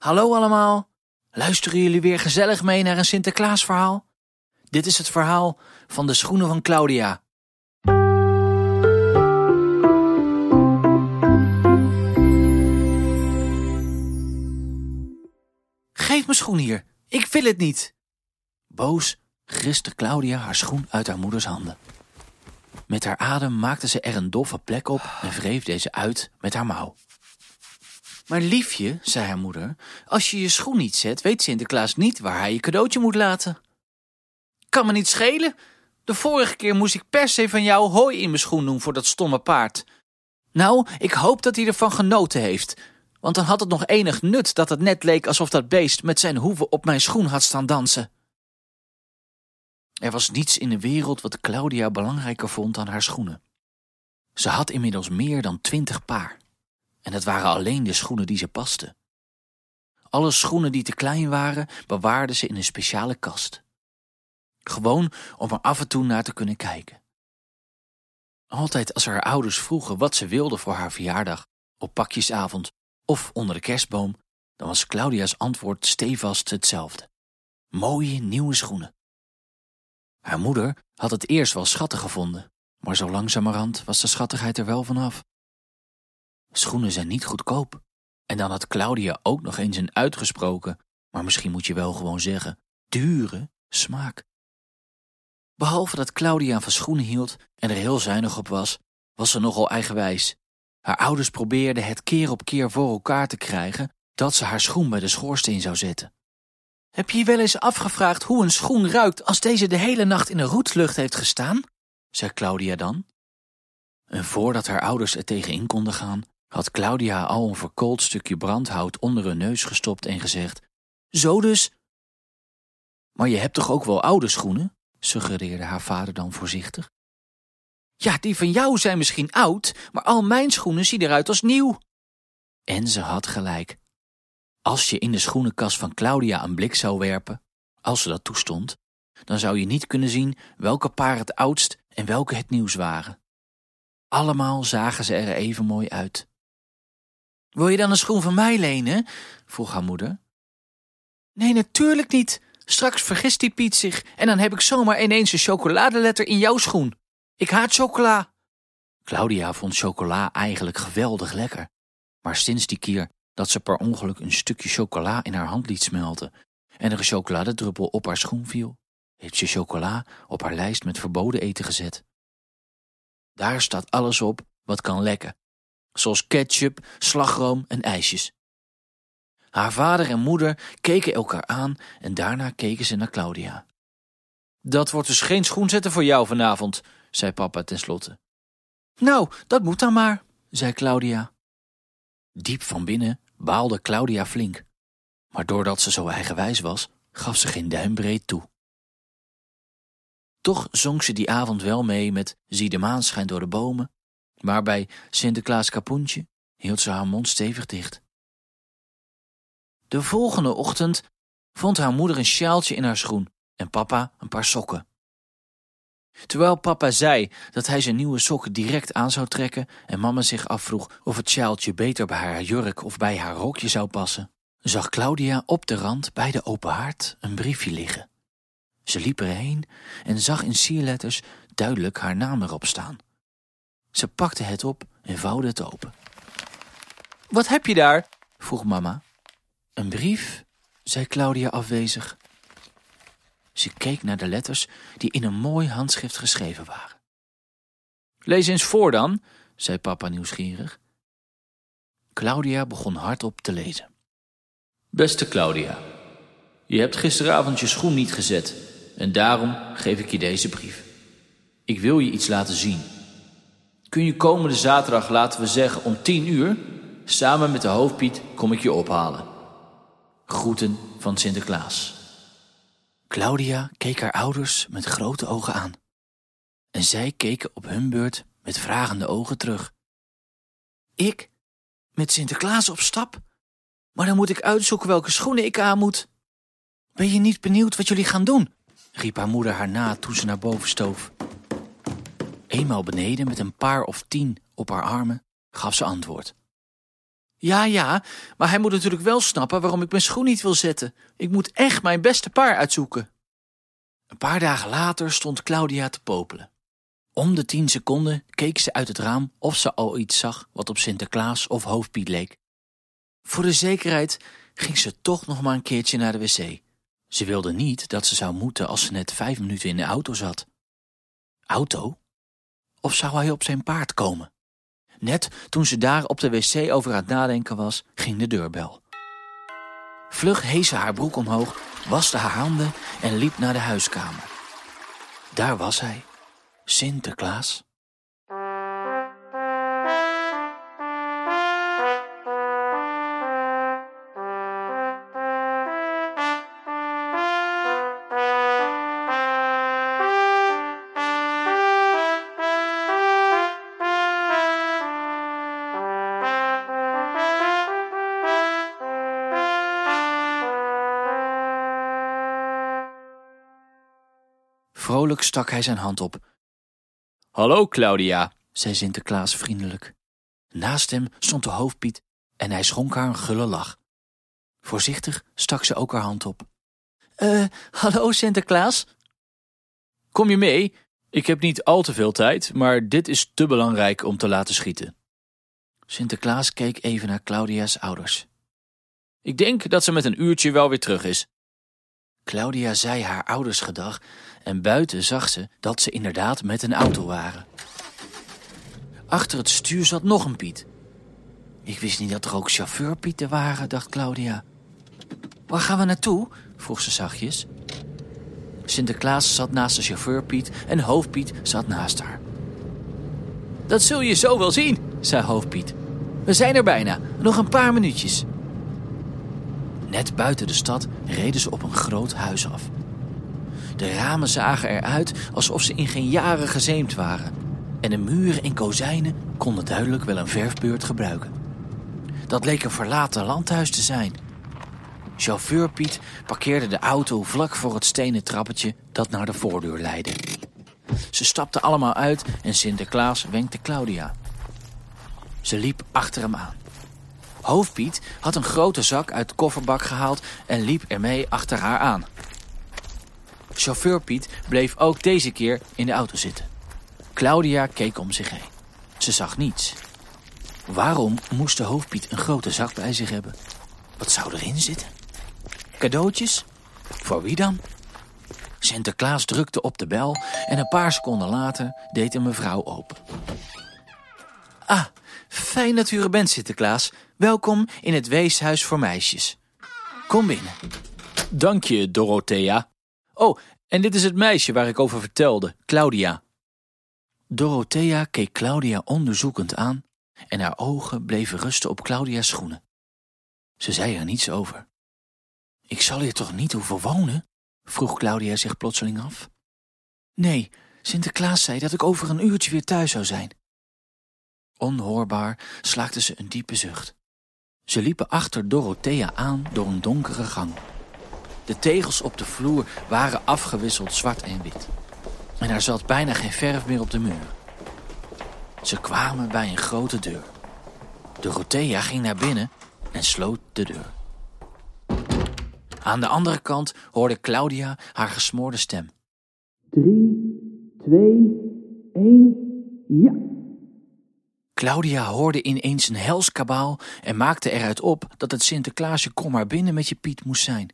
Hallo allemaal, luisteren jullie weer gezellig mee naar een Sinterklaasverhaal? Dit is het verhaal van de schoenen van Claudia. Geef mijn schoen hier, ik wil het niet. Boos griste Claudia haar schoen uit haar moeders handen. Met haar adem maakte ze er een doffe plek op en wreef deze uit met haar mouw. Maar liefje, zei haar moeder, als je je schoen niet zet, weet Sinterklaas niet waar hij je cadeautje moet laten. Kan me niet schelen. De vorige keer moest ik per se van jou hooi in mijn schoen doen voor dat stomme paard. Nou, ik hoop dat hij ervan genoten heeft, want dan had het nog enig nut dat het net leek alsof dat beest met zijn hoeven op mijn schoen had staan dansen. Er was niets in de wereld wat Claudia belangrijker vond dan haar schoenen. Ze had inmiddels meer dan 20 paar. En het waren alleen de schoenen die ze pasten. Alle schoenen die te klein waren, bewaarde ze in een speciale kast. Gewoon om er af en toe naar te kunnen kijken. Altijd als haar ouders vroegen wat ze wilde voor haar verjaardag, op pakjesavond of onder de kerstboom, dan was Claudia's antwoord stevast hetzelfde. Mooie nieuwe schoenen. Haar moeder had het eerst wel schattig gevonden, maar zo langzamerhand was de schattigheid er wel vanaf. Schoenen zijn niet goedkoop. En dan had Claudia ook nog eens een uitgesproken, maar misschien moet je wel gewoon zeggen, dure smaak. Behalve dat Claudia van schoenen hield en er heel zuinig op was, was ze nogal eigenwijs. Haar ouders probeerden het keer op keer voor elkaar te krijgen dat ze haar schoen bij de schoorsteen zou zetten. Heb je je wel eens afgevraagd hoe een schoen ruikt als deze de hele nacht in de roetlucht heeft gestaan? Zei Claudia dan. En voordat haar ouders er tegenin konden gaan, had Claudia al een verkoold stukje brandhout onder hun neus gestopt en gezegd, zo dus. Maar je hebt toch ook wel oude schoenen? Suggereerde haar vader dan voorzichtig. Ja, die van jou zijn misschien oud, maar al mijn schoenen zien eruit als nieuw. En ze had gelijk. Als je in de schoenenkast van Claudia een blik zou werpen, als ze dat toestond, dan zou je niet kunnen zien welke paar het oudst en welke het nieuws waren. Allemaal zagen ze er even mooi uit. Wil je dan een schoen van mij lenen? Vroeg haar moeder. Nee, natuurlijk niet. Straks vergist die Piet zich en dan heb ik zomaar ineens een chocoladeletter in jouw schoen. Ik haat chocola. Claudia vond chocola eigenlijk geweldig lekker. Maar sinds die keer dat ze per ongeluk een stukje chocola in haar hand liet smelten en er een chocoladedruppel op haar schoen viel, heeft ze chocola op haar lijst met verboden eten gezet. Daar staat alles op wat kan lekken, zoals ketchup, slagroom en ijsjes. Haar vader en moeder keken elkaar aan en daarna keken ze naar Claudia. Dat wordt dus geen schoenzetter voor jou vanavond, zei papa tenslotte. Nou, dat moet dan maar, zei Claudia. Diep van binnen baalde Claudia flink, maar doordat ze zo eigenwijs was, gaf ze geen duimbreed toe. Toch zong ze die avond wel mee met Zie de maan schijnt door de bomen, maar bij Sinterklaas kapoentje hield ze haar mond stevig dicht. De volgende ochtend vond haar moeder een sjaaltje in haar schoen en papa een paar sokken. Terwijl papa zei dat hij zijn nieuwe sokken direct aan zou trekken en mama zich afvroeg of het sjaaltje beter bij haar jurk of bij haar rokje zou passen, zag Claudia op de rand bij de open haard een briefje liggen. Ze liep erheen en zag in sierletters duidelijk haar naam erop staan. Ze pakte het op en vouwde het open. Wat heb je daar? Vroeg mama. Een brief, zei Claudia afwezig. Ze keek naar de letters die in een mooi handschrift geschreven waren. Lees eens voor dan, zei papa nieuwsgierig. Claudia begon hardop te lezen. Beste Claudia, je hebt gisteravond je schoen niet gezet en daarom geef ik je deze brief. Ik wil je iets laten zien. Kun je komende zaterdag, laten we zeggen om 10:00, samen met de hoofdpiet kom ik je ophalen. Groeten van Sinterklaas. Claudia keek haar ouders met grote ogen aan. En zij keken op hun beurt met vragende ogen terug. Ik? Met Sinterklaas op stap? Maar dan moet ik uitzoeken welke schoenen ik aan moet. Ben je niet benieuwd wat jullie gaan doen? Riep haar moeder haar na toen ze naar boven stoof. Eenmaal beneden met een paar of 10 op haar armen gaf ze antwoord. Ja, maar hij moet natuurlijk wel snappen waarom ik mijn schoen niet wil zetten. Ik moet echt mijn beste paar uitzoeken. Een paar dagen later stond Claudia te popelen. Om de 10 seconden keek ze uit het raam of ze al iets zag wat op Sinterklaas of Hoofdpiet leek. Voor de zekerheid ging ze toch nog maar een keertje naar de wc. Ze wilde niet dat ze zou moeten als ze net 5 minuten in de auto zat. Auto? Of zou hij op zijn paard komen? Net toen ze daar op de wc over aan het nadenken was, ging de deurbel. Vlug hees ze haar broek omhoog, waste haar handen en liep naar de huiskamer. Daar was hij, Sinterklaas. Vrolijk stak hij zijn hand op. Hallo Claudia, zei Sinterklaas vriendelijk. Naast hem stond de Hoofdpiet en hij schonk haar een gulle lach. Voorzichtig stak ze ook haar hand op. Hallo Sinterklaas? Kom je mee? Ik heb niet al te veel tijd, maar dit is te belangrijk om te laten schieten. Sinterklaas keek even naar Claudia's ouders. Ik denk dat ze met een uurtje wel weer terug is. Claudia zei haar ouders gedag en buiten zag ze dat ze inderdaad met een auto waren. Achter het stuur zat nog een Piet. Ik wist niet dat er ook chauffeurpieten waren, dacht Claudia. Waar gaan we naartoe? Vroeg ze zachtjes. Sinterklaas zat naast de chauffeurpiet en Hoofdpiet zat naast haar. Dat zul je zo wel zien, zei Hoofdpiet. We zijn er bijna, nog een paar minuutjes. Net buiten de stad reden ze op een groot huis af. De ramen zagen eruit alsof ze in geen jaren gezeemd waren. En de muren en kozijnen konden duidelijk wel een verfbeurt gebruiken. Dat leek een verlaten landhuis te zijn. Chauffeur Piet parkeerde de auto vlak voor het stenen trappetje dat naar de voordeur leidde. Ze stapten allemaal uit en Sinterklaas wenkte Claudia. Ze liep achter hem aan. Hoofdpiet had een grote zak uit de kofferbak gehaald en liep ermee achter haar aan. Chauffeur Piet bleef ook deze keer in de auto zitten. Claudia keek om zich heen. Ze zag niets. Waarom moest de Hoofdpiet een grote zak bij zich hebben? Wat zou erin zitten? Cadeautjes? Voor wie dan? Sinterklaas drukte op de bel en een paar seconden later deed een mevrouw open. Ah, fijn dat u er bent, Sinterklaas. Welkom in het weeshuis voor meisjes. Kom binnen. Dank je, Dorothea. Oh, en dit is het meisje waar ik over vertelde, Claudia. Dorothea keek Claudia onderzoekend aan en haar ogen bleven rusten op Claudia's schoenen. Ze zei er niets over. Ik zal hier toch niet hoeven wonen? Vroeg Claudia zich plotseling af. Nee, Sinterklaas zei dat ik over een uurtje weer thuis zou zijn. Onhoorbaar slaakte ze een diepe zucht. Ze liepen achter Dorothea aan door een donkere gang. De tegels op de vloer waren afgewisseld zwart en wit. En er zat bijna geen verf meer op de muur. Ze kwamen bij een grote deur. Dorothea ging naar binnen en sloot de deur. Aan de andere kant hoorde Claudia haar gesmoorde stem. 3, 2, 1, ja. Claudia hoorde ineens een hels kabaal en maakte eruit op dat het Sinterklaasje kom maar binnen met je Piet moest zijn.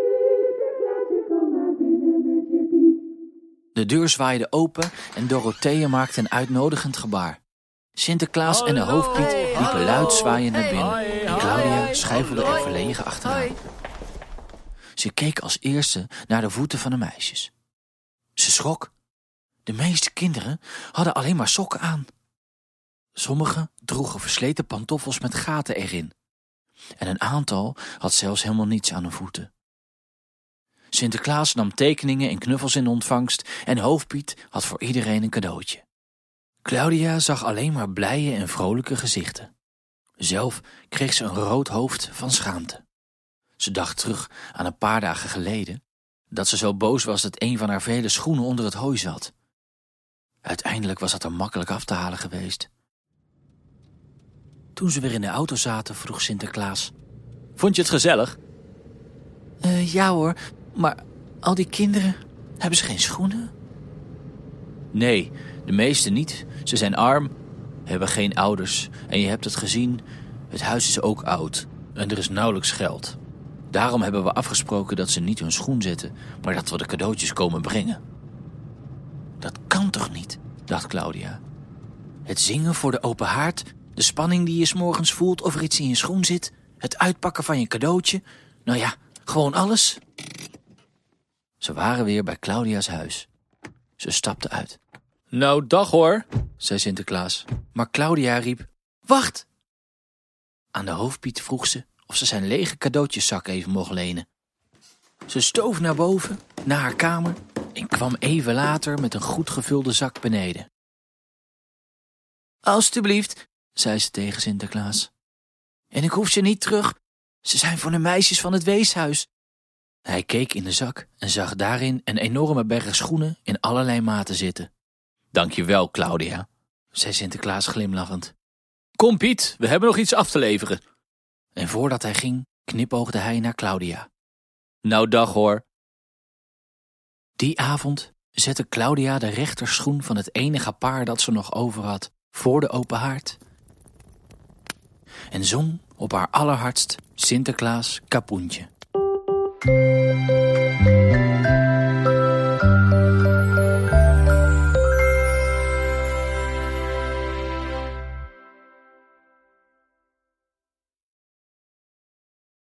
De deur zwaaide open en Dorothea maakte een uitnodigend gebaar. Sinterklaas en de Hoofdpiet liepen luid zwaaiend naar binnen en Claudia schuifelde er verlegen achteraan. Ze keek als eerste naar de voeten van de meisjes. Ze schrok. De meeste kinderen hadden alleen maar sokken aan. Sommigen droegen versleten pantoffels met gaten erin. En een aantal had zelfs helemaal niets aan hun voeten. Sinterklaas nam tekeningen en knuffels in ontvangst en Hoofdpiet had voor iedereen een cadeautje. Claudia zag alleen maar blije en vrolijke gezichten. Zelf kreeg ze een rood hoofd van schaamte. Ze dacht terug aan een paar dagen geleden, dat ze zo boos was dat een van haar vele schoenen onder het hooi zat. Uiteindelijk was dat er makkelijk af te halen geweest. Toen ze weer in de auto zaten, vroeg Sinterklaas: vond je het gezellig? Ja hoor, maar al die kinderen, hebben ze geen schoenen? Nee, de meeste niet. Ze zijn arm, hebben geen ouders. En je hebt het gezien, het huis is ook oud. En er is nauwelijks geld. Daarom hebben we afgesproken dat ze niet hun schoen zetten, maar dat we de cadeautjes komen brengen. Dat kan toch niet, dacht Claudia. Het zingen voor de open haard, de spanning die je 's morgens voelt of er iets in je schoen zit, het uitpakken van je cadeautje. Nou ja, gewoon alles. Ze waren weer bij Claudia's huis. Ze stapte uit. Nou, dag hoor, zei Sinterklaas. Maar Claudia riep: wacht! Aan de hoofdpiet vroeg ze of ze zijn lege cadeautjeszak even mocht lenen. Ze stoof naar boven, naar haar kamer, en kwam even later met een goed gevulde zak beneden. Alsjeblieft, zei ze tegen Sinterklaas. En ik hoef ze niet terug, ze zijn voor de meisjes van het weeshuis. Hij keek in de zak en zag daarin een enorme berg schoenen in allerlei maten zitten. Dankjewel, Claudia, zei Sinterklaas glimlachend. Kom Piet, we hebben nog iets af te leveren. En voordat hij ging, knipoogde hij naar Claudia. Nou dag hoor. Die avond zette Claudia de rechterschoen van het enige paar dat ze nog over had voor de open haard. En zong op haar allerhardst Sinterklaas Kapoentje.